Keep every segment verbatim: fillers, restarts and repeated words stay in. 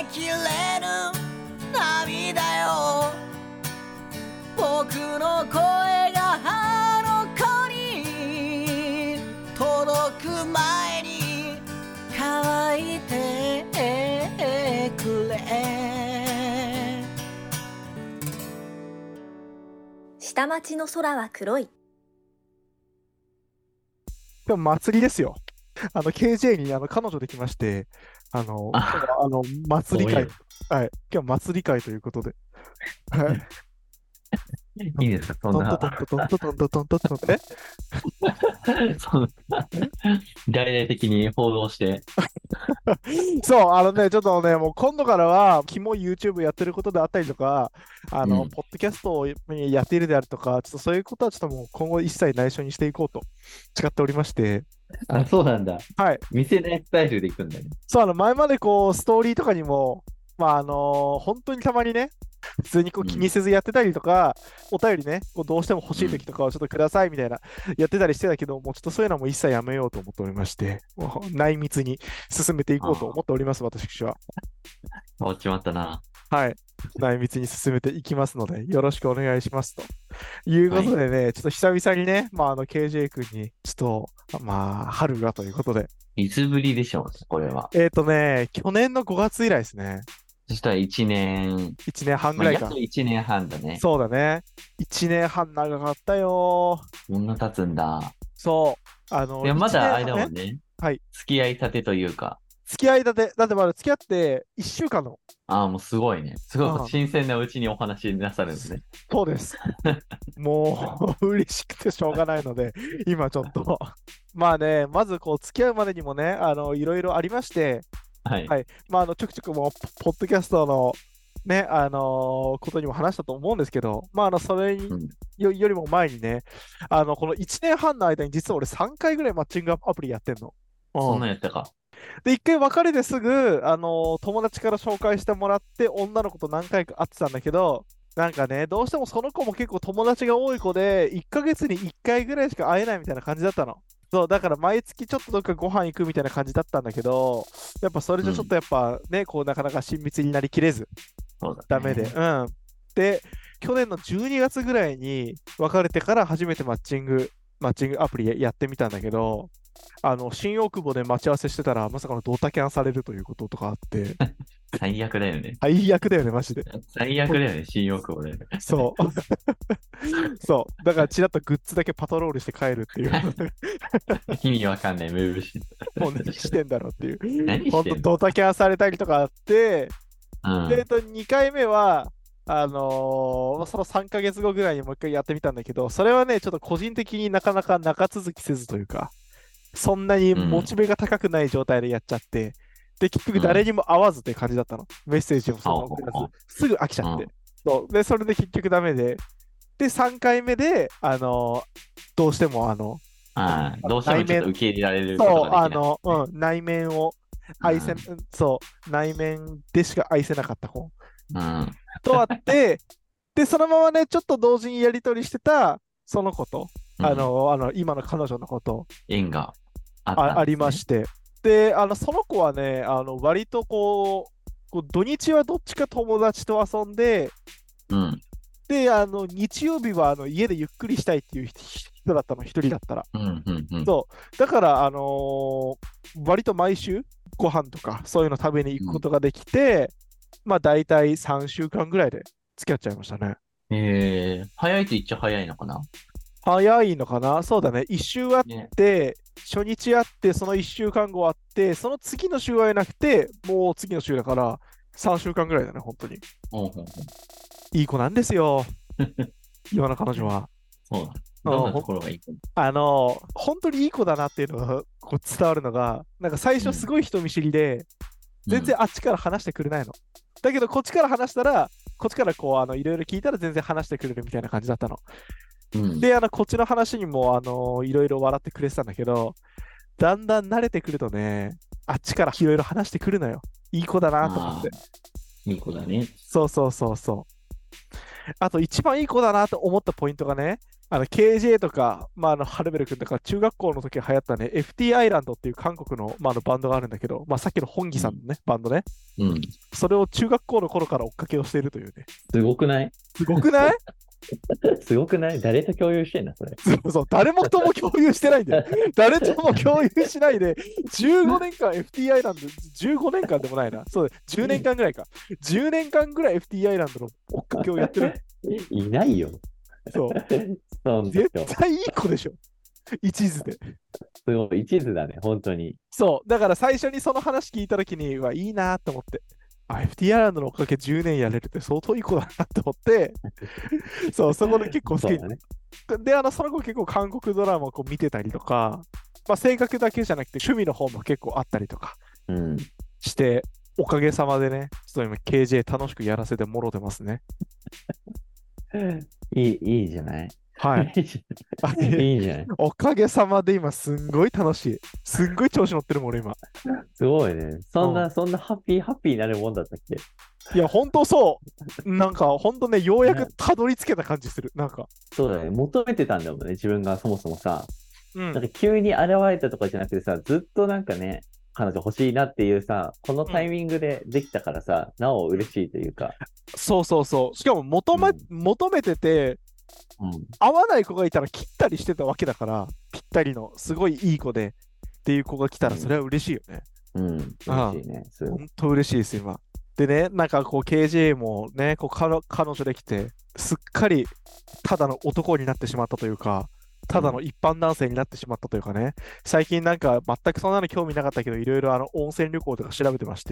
きれぬ涙よ、僕の声があの子に届く前に乾いてくれ。 下町の空は黒い。 でも祭りですよ。あの ケージェー にあの彼女できまして、あの、今日はあの祭り会、はい、今日は祭り会ということで。はい。 いいですか、そんな。 トントントントントントントントントントンえそんな、大々的に報道して。 そう、あのね、ちょっとね、もう今度からは、キモい YouTube やってることであったりとか、あの、 うんポッドキャストをやっているであるとか、ちょっとそういうことはちょっともう今後一切内緒にしていこうと誓っておりまして、 あ、そうなんだ。 はい。 見せないスタイルでいくんだね。 そう、あの、前までこう、ストーリーとかにも、まあ、あの本当にたまにね、普通にこう気にせずやってたりとか、お便りね、こうどうしても欲しい時とかはちょっとくださいみたいな、やってたりしてたけど、もうちょっとそういうのも一切やめようと思っておりまして、もう内密に進めていこうと思っております、私は。 終わっちまったな。 はい。内密に進めていきますので、よろしくお願いしますと。いうことでね、ちょっと久々にね、まあ、あの、ケージェー 君に、ちょっと、まあ、春がということで。 いつぶりでしょう、これは。 えっとね、去年のごがつ以来ですね。 そしたらいちねん、 いちねんはんぐまあ、 らいか。 やっといちねんはんだね。 そうだね。いちねんはん長かったよ。 そんな経つんだ。 そう。あの、 いや、まだあれだもねんね。 はい。 付き合いたてというか。 付き合いだて、だってまだ付き合っていっしゅうかんの。 ああ、もうすごいね。すうんごい新鮮なうちにお話になさるんですね。 そうです。もう、嬉しくてしょうがないので、今ちょっと。まあね、まずこう、付き合うまでにもね、あの、いろいろありまして、 はい。 はい。まあ、あの、ちょくちょくもう、ポポッドキャストの、ね、あのーことにも話したと思うんですけど、まあ、あの、それにうんよ、よりも前にね、あの、このいちねんはんの間に実は俺さんかいぐらいマッチングアプリやってんの。 そんうんなんやったか。 で、一回別れですぐ、あのー友達から紹介してもらって、女の子と何回か会ってたんだけど、なんかね、どうしてもその子も結構友達が多い子で、いっかげつにいっかいぐらいしか会えないみたいな感じだったの。そう、だから毎月ちょっとどっかご飯行くみたいな感じだったんだけど、やっぱそれじゃちょっとやっぱね、こうなかなか親密になりきれず、 そうだ、ね。 ダメで。うん。で、去年のじゅうにがつぐらいに別れてから初めてマッチング、マッチングアプリやってみたんだけど、あの、新大久保で待ち合わせしてたら、まさかのドタキャンされるということとかあって、 最悪だよね。 最悪だよね、マジで。 最悪だよね、新大久保で。 そう。そう。だから、ちらっとグッズだけパトロールして帰るっていう。 意味わかんないムーブして。 もう何してんだろうっていう。 何ほんとしてんのドタキャンされたりとかあって、 うんで、えっと、にかいめは、あのーそのさんかげつごぐらいにもう一回やってみたんだけど、それはね、ちょっと個人的になかなか長続きせずというか、そんなにモチベが高くない状態でやっちゃって、で、結局誰にも会わずっていう感じだったの。メッセージをそのまま送らあず、すぐ飽きちゃってうん。 そう。で、それで結局ダメで、で、さんかいめで、あのーどうしても、あの、 ああ、どうしてもちょっと受け入れられるこそう、 とができない。 あの、うん、内面を愛せ、 うんそう、内面でしか愛せなかった子うん。 とあって、で、そのままね、ちょっと同時にやり取りしてた、その子と、 うんあの、あの、今の彼女のこと、 縁があったんですねあ、ありまして、で、あの、その子はね、あの、割とこう、こう土日はどっちか友達と遊んで、 うん。 で、あの、日曜日はあの家でゆっくりしたいっていう人だったの、一人だったら。 うん。うん。うん。 そう。だから、あのー割と毎週、ご飯とか、そういうの食べに行くことができて、まあ、大体さんしゅうかんぐらいで付き合っちゃいましたね。 えー、早いと言っちゃ早いのかな。 早いのかな。そうだね。いっ週あっね。 て、初日会って、そのいっしゅうかんごあって、その次の週会えなくて、もう次の週だから、さんしゅうかんぐらいだね、本当に。 ほうほうほう。 いい子なんですよ、今の彼女は。 そうだ。どんなところがいいか。 あの、本当にいい子だなっていうのがこう伝わるのが、なんか最初すごい人見知りで、全然あっちから話してくれないの。だけど、こっちから話したら、こっちからこう、あの、いろいろ聞いたら全然話してくれるみたいな感じだったの。 うん。 で、あの、こっちの話にも、あの、いろいろ笑ってくれてたんだけど、だんだん慣れてくるとね、あっちからいろいろ話してくるのよ。いい子だなと思って。 いい子だね。 そうそうそうそう。 あと一番いい子だなと思ったポイントがね、あの ケージェー とか、まあ、あのハルベル君とか中学校の時流行ったね、エフティー アイランドっていう韓国の、まあ、あのバンドがあるんだけど、まあ、さっきの本木さんのね、バンドね、 うん。 それを中学校の頃から追っかけをしているというね。 すごくない？ すごくない？ すごくない？誰と共有してんだ、それ。 そうそう、誰もとも共有してないんだよ。誰とも共有しないで、じゅうごねんかん エフティー アイランド、じゅうごねんかんでもないな。そうだ、じゅうねんかんぐらいか。じゅうねんかんぐらい エフティー アイランドの追っかけをやってる。 いないよ。 そう。 そう絶対いい子でしょ。一途で。 すごい、一途だね、本当に。 そう。だから最初にその話聞いたときに、はいいなと思って。あ、エフティー アイランドの追っかけじゅうねんやれるって相当いい子だなと思って、そう、そこで結構好きに。 そうだね。 で、あの、その後結構韓国ドラマをこう見てたりとか、まあ、性格だけじゃなくて趣味の方も結構あったりとかうん。 して、おかげさまでね、ちょっと今 ケージェー 楽しくやらせてもろてますね。 いい、いいじゃない。 はい。 いいじゃないいいじゃない。 おかげさまで今すんごい楽しい。すんごい調子乗ってるもん、俺今。 すごいね。そんうな、そんなハッピー、ハッピーになるもんだったっけ？ いや、ほんとそう。なんか、ほんとね、ようやくねたどり着けた感じする。なんか。 そうだね。求めてたんだもんね、自分がそもそもさ。 うん。 なんか急に現れたとかじゃなくてさ、ずっとなんかね、彼女欲しいなっていうさ、このタイミングでできたからさ、なお嬉しいというか。 そうそうそう。しかも求め、 うん求めてて、 うん。 合わない子がいたら切ったりしてたわけだから、ぴったりの、すごいいい子で、っていう子が来たら、それは嬉しいよね。 うん。 ああ嬉しいね。すごい。 ほんと嬉しいです、今。でね、なんかこう、ケージェー もね、こう彼彼女できて、すっかりただの男になってしまったというか、ただの一般男性になってしまったというかね、最近なんか全くそんなの興味なかったけど、いろいろあの温泉旅行とか調べてまして、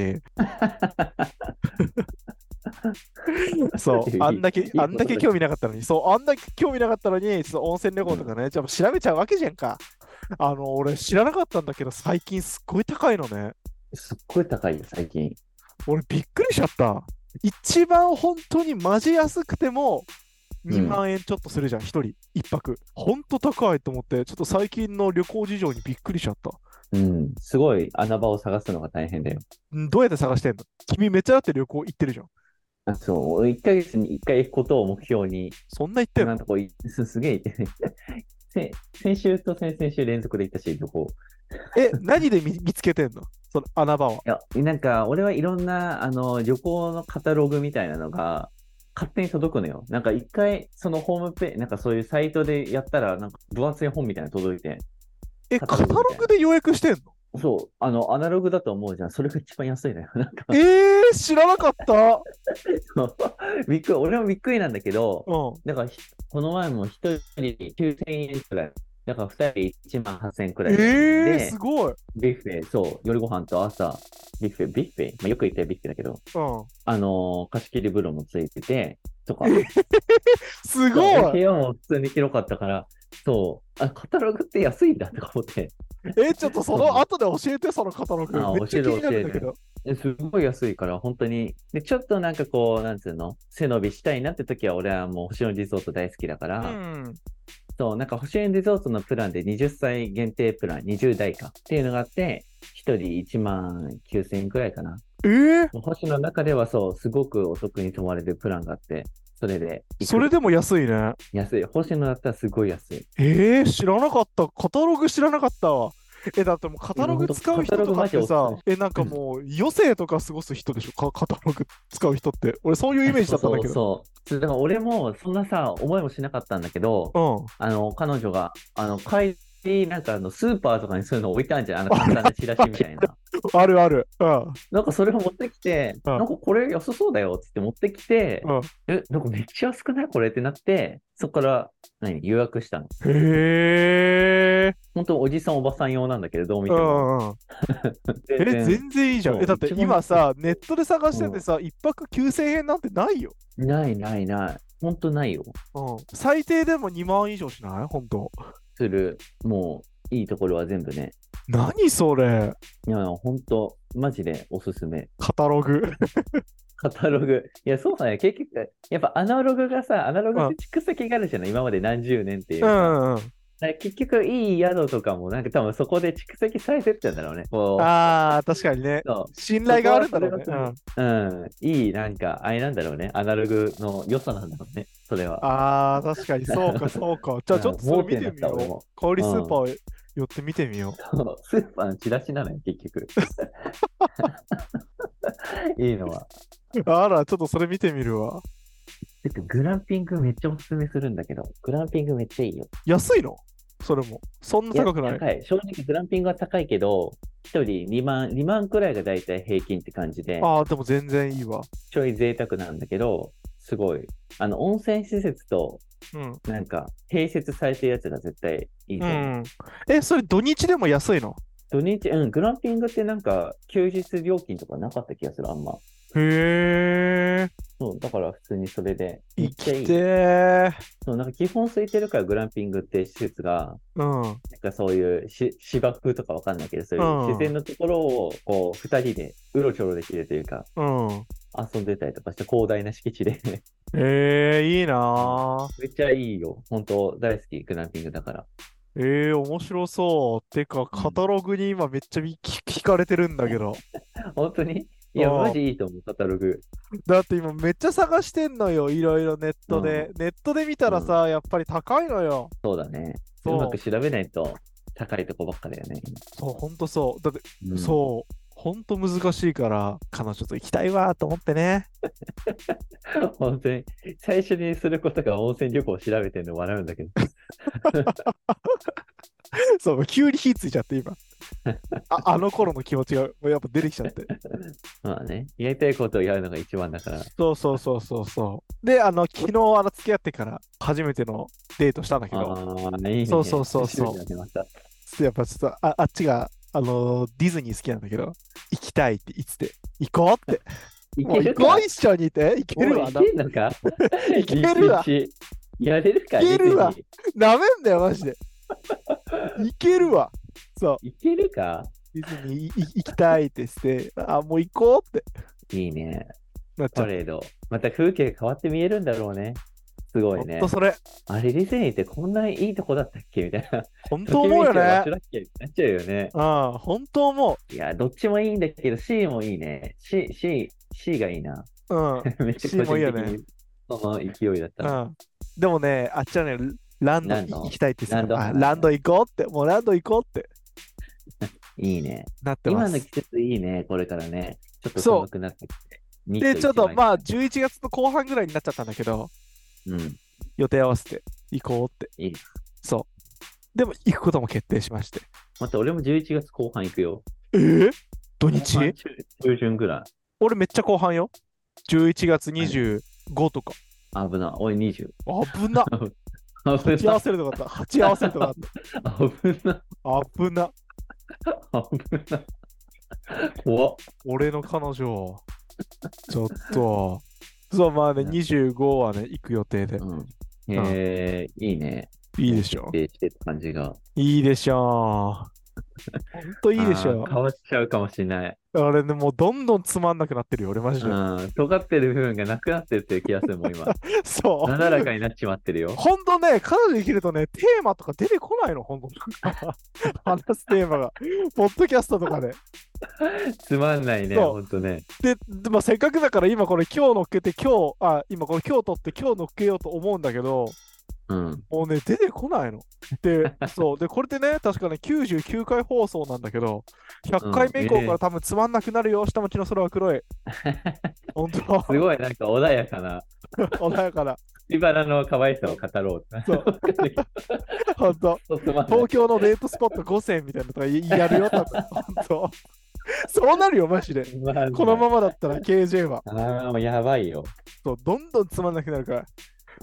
そう、あんだけ、あんだけ興味なかったのに、そう、あんだけ興味なかったのに、ちょっと温泉旅行とかね、じゃあ調べちゃうわけじゃんか。あの、俺知らなかったんだけど、最近すっごい高いのね。 すっごい高いよ、最近。 俺びっくりしちゃった。一番本当にマジ安くてもにまん円ちょっとするじゃん、一人、一泊。ほんと高いと思って、ちょっと最近の旅行事情にびっくりしちゃった。 うん。すごい穴場を探すのが大変だよ。 んどうやって探してんの？君めっちゃだって旅行行ってるじゃん。 あ、そう、俺いっかげつにいっかい行くことを目標に、 そんな行ってんの？ 今のとこいす、すげえ行ってねせ先週と先々週連続で行ったし、旅行。 え、何で見、見つけてんの？その穴場は。 いや、なんか、俺はいろんな、あの、旅行のカタログみたいなのが、勝手に届くのよ。なんか一回、そのホームページ、なんかそういうサイトでやったら、なんか分厚い本みたいなの届いて、 え、 カカタロタログみたいな。 グで予約してんの？ そう、あの、アナログだと思うじゃん。それが一番安いのよ。なんか、 えー、知らなかった。 そうびっくり、俺もびっくりなんだけど、 うん。 だからひ、この前も一人きゅうせんえんくらい。だから二人いちまんはっせんえんくらいえー、 で、 すごい。 ビュッフェ、そう、夜ご飯と朝、ビュッフェ、ビュッフェ、まあ、よく言ったらビュッフェだけど、 うん。 あのー貸し切り風呂もついてて、とか、 すそうで部ごい。 屋も普通に広かったから、そう、あ、カタログって安いんだとか思って、 え、ちょっとその後で教えて、そのカタログ。 あ、 めっちゃ気になるんだけ教ど。 えすごい安いから、本当に。で、ちょっとなんかこう、なんつうの、背伸びしたいなって時は、俺はもう星野リゾート大好きだかうら、 ん。 そう、なんか星野リゾートのプランではたち限定プラン、にじゅう代かっていうのがあって、ひとりいちまんきゅうせんえんくらいかな。 えー、 星の中ではそう、すごくお得に泊まれるプランがあって、それで行く。 それでも安いね。 安い。星野だったらすごい安い。 えー、知らなかった。カタログ知らなかったわ。え、だってもうカタログ使う人とかってさカタログマジおす、 え、なんかもう余生とか過ごす人でしょ、カカタログ使う人って。俺そういうイメージだったんだけど。 そうそうそう。だから俺もそんなさ、思いもしなかったんだけど、 うん。 あの、彼女が、あの、帰り、なんかあの、スーパーとかにそういうの置いてあるじゃん。あの、簡単なチラシみたいな。 あるある。うん。 なんかそれを持ってきて、 うんなんかこれ安そうだよって言って持ってきて、 うん。 え、なんかめっちゃ安くないこれってなって、そこから、何、予約したの。 へえ。 本当おじさんおばさん用なんだけど、どう見うても。 んうん。え、 全然全然いいじゃん。 そうえ、だって一番今さ、ネットで探しててさ、一泊きゅうせんえんなんてないよ。 ないないない。本当ないよ。 うん。最低でもにまん以上しない？本当。 する、もう、いいところは全部ね。 何それ？ いや、本当マジでおすすめ。 カタログ。 カタログ。いや、そうだね。結局、やっぱアナログがさ、アナログっうんて蓄積があるじゃない、今まで何十年っていううさ。 んうん。 だから結局いい宿とかもなんか多分そこで蓄積されてってんだろうね。こう、 ああ、確かにね。 そう。 信頼があるんだろうね。 そこはうん。 それはうん。いい、なんか、あれなんだろうね。アナログの良さなんだろうね。それは。 ああ、確かに、そうか、そうか。じゃあ、ちょっとそれ見てみ盲点だった、俺よも。 う。香りスーパうん。 ー寄って見てみよそうスーパーのチラシなのよ、結局。いいのは。 う。あら、ちょっとそれ見てみるわ。 てかグランピングめっちゃおすすめするんだけど、グランピングめっちゃいいよ。 安いのそれも。そんないや、 高くない。 高い。正直グランピングは高いけど、一人にまん、にまんくらいがだいたい平均って感じで、 ああ、でも全然いいわ。 ちょい贅沢なんだけど、すごい。あの、温泉施設と、 うん。 なんか、併設されてるやつが絶対いいとう思う。 ん。え、それ土日でも安いの？ 土日、うん、グランピングってなんか、休日料金とかなかった気がする、あんま。 へえ、 そう、だから普通にそれで、めっ生ちゃいい。 きてー。 そう、なんか基本空いてるからグランピングって施設が、 うん。 なんかそういうし芝生とかわかんないけど、そういううん自然のところを、こう、二人でうろちょろできるというか、 うん。 遊んでたりとかして広大な敷地でええ、いいなー。 めっちゃいいよ。本当大好き、グランピングだから。 ええ、面白そう。てか、カタログに今めっちゃ聞聞かれてるんだけど。 本当にいや、 うんマジいいと思う、カタログ。 だって今めっちゃ探してんのよ。いろいろネットで。ネットで見たらさ、やっぱり高いのよ。 そうだね。うそうまく調べないと高いとこばっかだよね。 そう、ほんとそう。だって、 うんそう。ほんと難しいから、彼女と行きたいわと思ってね。 本当に、最初にすることが温泉旅行を調べてるの笑うんだけど。 そう、急に火ついちゃって今。あ、あの頃の気持ちがもうやっぱ出てきちゃって。 まあね、やりたいことをやるのが一番だから。 そうそうそうそうそう。で、あの、昨日、あの、付き合ってから初めてのデートしたんだけど、 ああ、いいね。 そうそうそうそう久しぶりになってました。 やっぱちょっと、あ、あっちが、あのーディズニー好きなんだけど、行きたいって言ってて、行こうって。 いもう行けるかこう一緒にって、行けるわな。 もういけんのかいけるわ。 陸地やれるかいけるわディズニーなめんだよ、マジで。行けるわ。そう、 いけるかディズニーいい行きたいってして、あ、もう行こうっていいね。 なっちゃう。 パレード。また風景変わって見えるんだろうね。すごいねほんと。それ、 あれ、ディズニーってこんないいとこだったっけみたいな。 ほんと思うよねときめいちゃう場所。だっけってなっちゃうよね。 ああ、ほんと思いや、どっちもいいんだけど、C もいいね。C、C、C がいいな。 う。うん。 めっちゃ C 個もいいよね人的にその勢いだったら。 うん。でもね、あっちはね、ランドにランド行きたいってさ、 ランドあランド行こうって、もうランド行こうっていいね。 なってます。 今の季節いいね、これからね。ちょっとそう寒くなってきて。ニッで、 トちょっと一枚まあ、じゅういちがつの後半ぐらいになっちゃったんだけど、 うん、 予定合わせて行こうって。 いい。 そう。でも、行くことも決定しまして。 また俺もじゅういちがつこう半行くよ。 えー、土後半日中中旬ぐら俺めっちゃ後半よ。じゅういちがつにじゅうごとか。 い。危な。おい、にじゅう。 危な。 危鉢合わな。 せるとかあった。鉢合わせるとかあっ危な。 た。危な。 危な。怖っ。 俺の彼女。ちょっと。そう、まあね、にじゅうごはね、行く予定で。 うん。えー、いいね。 いいでしょ。 徹底してる感じが。 いいでしょ。ほんといいでしょあー。変わっちゃうかもしれない。 あれね、もうどんどんつまんなくなってるよ、俺マジで。 うん。尖ってる部分がなくなってるっていう気がするもん、今。 そう。 なだらかになっちまってるよ。 ほんとね、彼女できるとね、テーマとか出てこないの、ほんと。話すテーマが。ポッドキャストとかで。 つまんないね、 そうほんとね。 で、でまあ、せっかくだから今これ今日乗っけて今日、あ、今これ今日撮って今日乗っけようと思うんだけど、 うん。 もうね、出てこないの。で、そう。で、これってね、確かね、きゅうじゅうきゅうかい放送なんだけど、ひゃっかいめ以降から多分つまんなくなるよ、下町の空は黒い。ほんと、 すごいなんか穏やかな、 穏やかな。 自腹の可愛さを語ろう。 そう。ほんと。 そうつまんない東京のデートスポットごせんみたいなのとかやるよ、多分。ほんと。そうなるよ、マジで。 つまんないこのままだったら ケージェー は。 ああ、もうやばいよ。 そう、どんどんつまんなくなるから。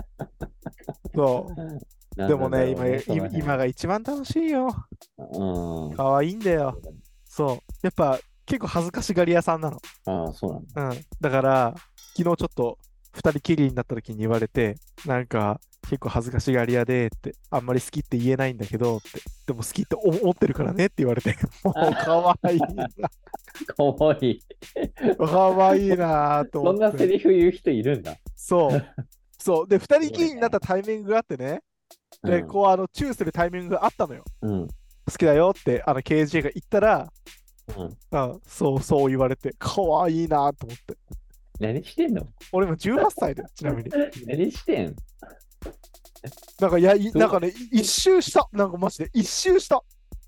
そう。でもね、今、今今が一番楽しいよ。 うん。 可愛いんだよ。そう。やっぱ結構恥ずかしがり屋さんなの。 ああ、そうなんだ。 うん。だから、昨日ちょっと二人きりになった時に言われて、なんか結構恥ずかしがり屋でって、あんまり好きって言えないんだけどって、でも好きって思ってるからねって言われて、もう可愛いな。 かわいい。 可愛いなと思って。 そんなセリフ言う人いるんだ。 そう。そう。で、二人きりになったタイミングがあってね、 で、 うんこう、あの、チューするタイミングがあったのよ。 うん。 好きだよって、あの、ケージェー が言ったら、 うん。 あ、そうそう言われて、かわいいなと思って。 何してんの？ 俺もじゅうはっさいで、ちなみに。 何してん？ なんか、いや、いそうなんかね、い一周した。なんかマジで、一周した。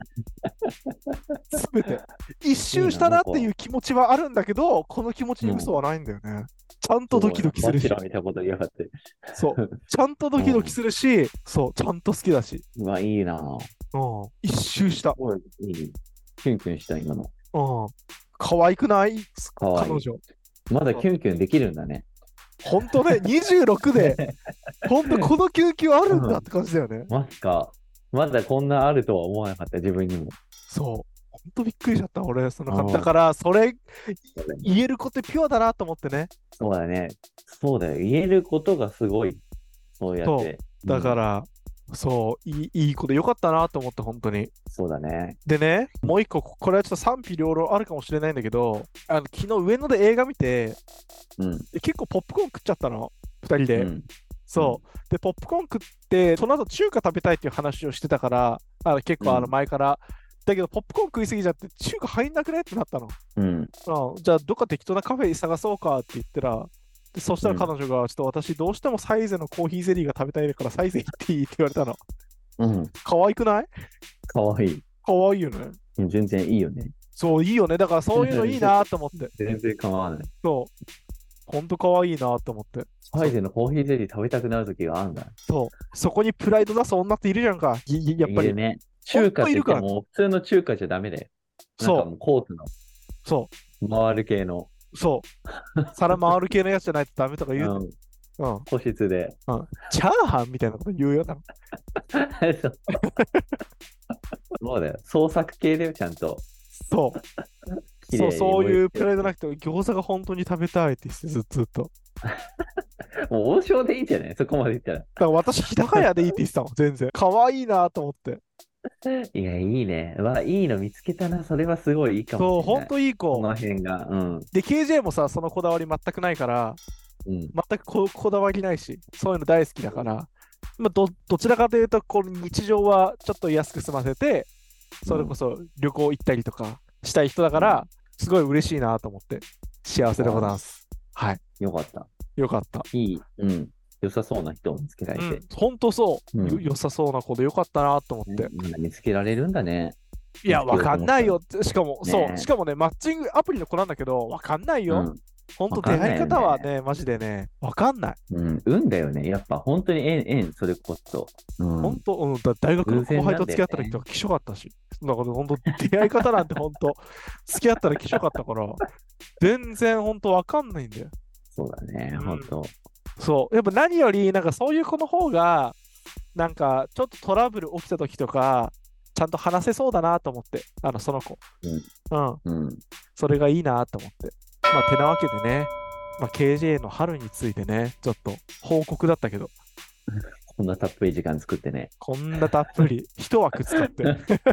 すべて。一周したなっていう気持ちはあるんだけど、この気持ちに嘘はないんだよね。ちゃんとドキドキするしバチェ、ラー見たこと言いやがって。 そう。ちゃんとドキドキするし、そう、ちゃんと好きだし。 うわ、いいなぁ。 うん。一周した。 おいいい。キュンキュンした、今の。 うん。可愛くないかわいい彼女。 まだキュンキュンできるんだね。 ほんとね、にじゅうろくで、ほんとこの救急あるんだって感じだよね。 まさか、まだこんなあるとは思わなかった、自分にも。 そう。ほんとびっくりしちゃった、俺、そのうんだから、それ、 そうだね言えることピュアだなと思ってね。 そうだね。そうだよ。言えることがすごい。そうやって。 だからら、そう、いいいいことよかったなと思って、本当に。 そうだね。 でね、もう一個、これはちょっと賛否両論あるかもしれないんだけど、あの昨日上野で映画見て、 うん。 で結構ポップコーン食っちゃったの、ふたりで。 うん。 そう。で、ポップコーン食って、その後中華食べたいっていう話をしてたから、あの結構あのうん前から、だけど、ポップコーン食いすぎちゃって、中華入んなくねってなったの。 うん。 うんじゃあ、どっか適当なカフェ探そうかって言ったら、でそしたら彼女が、ちょっと私、どうしてもサイゼのコーヒーゼリーが食べたいから、サイゼ行っていいって言われたの。 うん。 可愛くない？ かわいい。 可愛いよね。 全然いいよね。 そう、いいよね。だからそういうのいいなと思って。 全然構わない。 そう。ほんと可愛いなと思って。 サイゼのコーヒーゼリー食べたくなる時があるんだ。 そう。そこにプライド出す女っているじゃんか。いいやっぱり。 いるね。中華って言ってほんといるからも、普通の中華じゃダメだよ。なんそうかもうコースのそ回る系の、 う。そう。皿回る系のやつじゃないとダメとか言う。 うん、 うん。 個室で。 チャーハンみたいなこと言うよ。多分そうそうだよ。創作系だよ、ちゃんと。 そう。そう、 綺麗にそういう盛り付けプライドなくて、餃子が本当に食べたいって言ってずずっと。 もう王将でいいんじゃないそこまで言ったら。 だから私、日高屋でいいって言ってたもん、全然。可愛いなと思って。 いや、いいね。わ、いいの見つけたな。それはすごいいいかそう、 もしれない。 本当いい子。 この辺が。うん。 で、ケージェー もさ、そのこだわり全くないから、 うん。 全くここだわりないし、そういうの大好きだから、まあ、どどちらかというと、この日常はちょっと安く済ませて、それこそ旅行行ったりとかしたい人だから、すごい嬉しいなと思って、幸せでございます。はい。 よかった。 よかった。 いい。うん。良さそうな人を見つけられてうん。、本当そう、 うんよ良さそうな子でよかったなと思って。 まだ見つけられるんだね。 いや、わ見つけようと思ったかんないよって。しかも、 ねそう、しかもね、マッチングアプリの子なんだけど、わかんないよ。 うん。 本当わかんないよね出会い方はね、マジでね、わかんない。 うん。運だよね。やっぱ本当に縁、縁、それこそ。うん。 本当、うん、だ大学の後輩と付き合った時とか、きしょかったし。だから本当、出会い方なんて本当、付き合ったらきしょかったから、全然本当わかんないんだよ。 そうだね。 うん本当。 そう。やっぱ何より、なんかそういう子の方が、なんかちょっとトラブル起きた時とか、ちゃんと話せそうだなと思って、あの、その子。うん。 うん。 それがいいなと思って。まあ、てなわけでね、まあ、ケージェー の春についてね、ちょっと報告だったけど、 こんなたっぷり時間作ってね。 こんなたっぷり、一枠使って、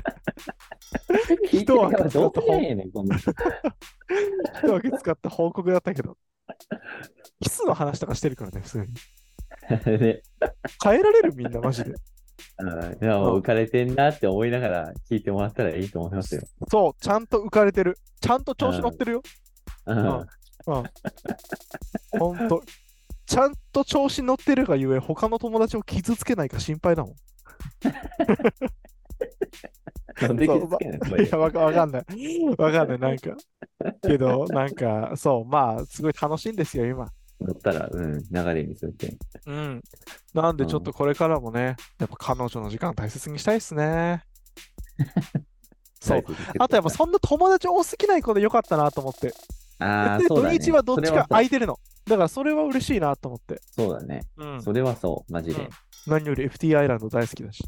聞いてる側どうせねえねん、こんな。 一枠使った報告だったけど、キスの話とかしてるからね、普通に。 ね。 変えられるみんな、マジで。 うんいや、もう浮かれてんなって思いながら聞いてもらったらいいと思いますよ。 そう、ちゃんと浮かれてる。ちゃんと調子乗ってるよ。 うん。 うん。ほんと。ちゃんと調子乗ってるがゆえ、他の友達を傷つけないか心配だもん。 なんで傷つけないのいや、わかわかんない。わかんない。なんか。けど、なんか、そう、まあ、すごい楽しいんですよ、今。 乗ったら、うん、流れにするって。 うん。なんで、ちょっとこれからもね、やっぱ彼女の時間大切にしたいですね。そう。あと、やっぱそんな友達多すぎない子でよかったなと思って。 ああ、 で、土そうだね。 日はどっちかそれは空いてるの。だから、それは嬉しいなと思って。 そうそうだね。 うん。 それはそう、マジで。 何より エフティー アイランド大好きだし。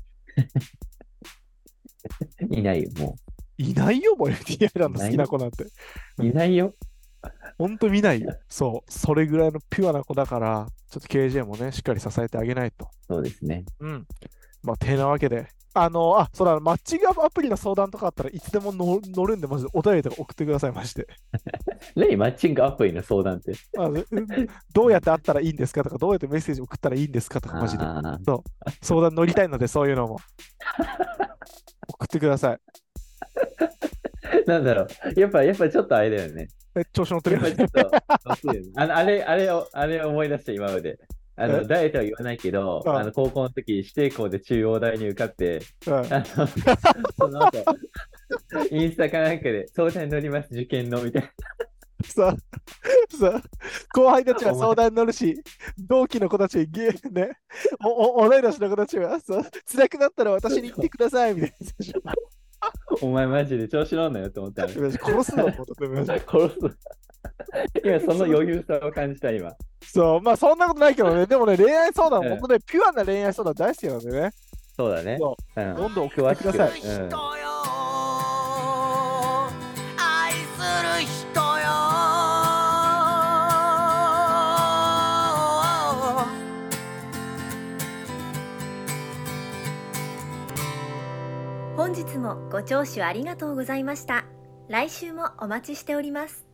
いないよ、もいないよ、もう エフティー アイランド好きな子なんて。 う。いないよ。 ほんと見ないよ。そう。それぐらいのピュアな子だから、ちょっと ケージェー もね、しっかり支えてあげないと。 そうですね。 うん。まあ、てなわけで、 あの、あ、そうだ、マッチングアプリの相談とかあったらいつでも乗乗るんで、マジでお便りとか送ってください、マジで。 何マッチングアプリの相談って。 あのうんどうやって会ったらいいんですかとか、どうやってメッセージ送ったらいいんですかとか、マジで。 ああ、 そう、相談乗りたいので、そういうのも送ってください。 なんだろう。やっぱ、やっぱちょっとあれだよね。 え、調子乗ってやっる。 ぱちょっと、そうよねあの、あれ、あれを、あれを思い出した今まで。あえの、誰とは言わないけど、 ああの、高校の時、指定校で中央大に受かって、 うんあの、その後、インスタかなんかで相談に乗ります、受験の、みたいな。 さ、さ、後輩たちはお前相談に乗るし、同期の子たち、ゲーね、おお同い年の子たちは、そう、辛くなったら私に言ってくださいみたいな。 お前マジで調子乗んなよと思ったら、 殺すのもとマジで殺す。今、その余裕さを感じた、今。 そう、まあそんなことないけどね、でもね、恋愛相談、 うん本当ね、ピュアな恋愛相談大好きなんでね、 そうだね。 そうん。 どんどん送ってください。 詳しくうん人よ愛する人よ本日もご聴取ありがとうございました。来週もお待ちしております。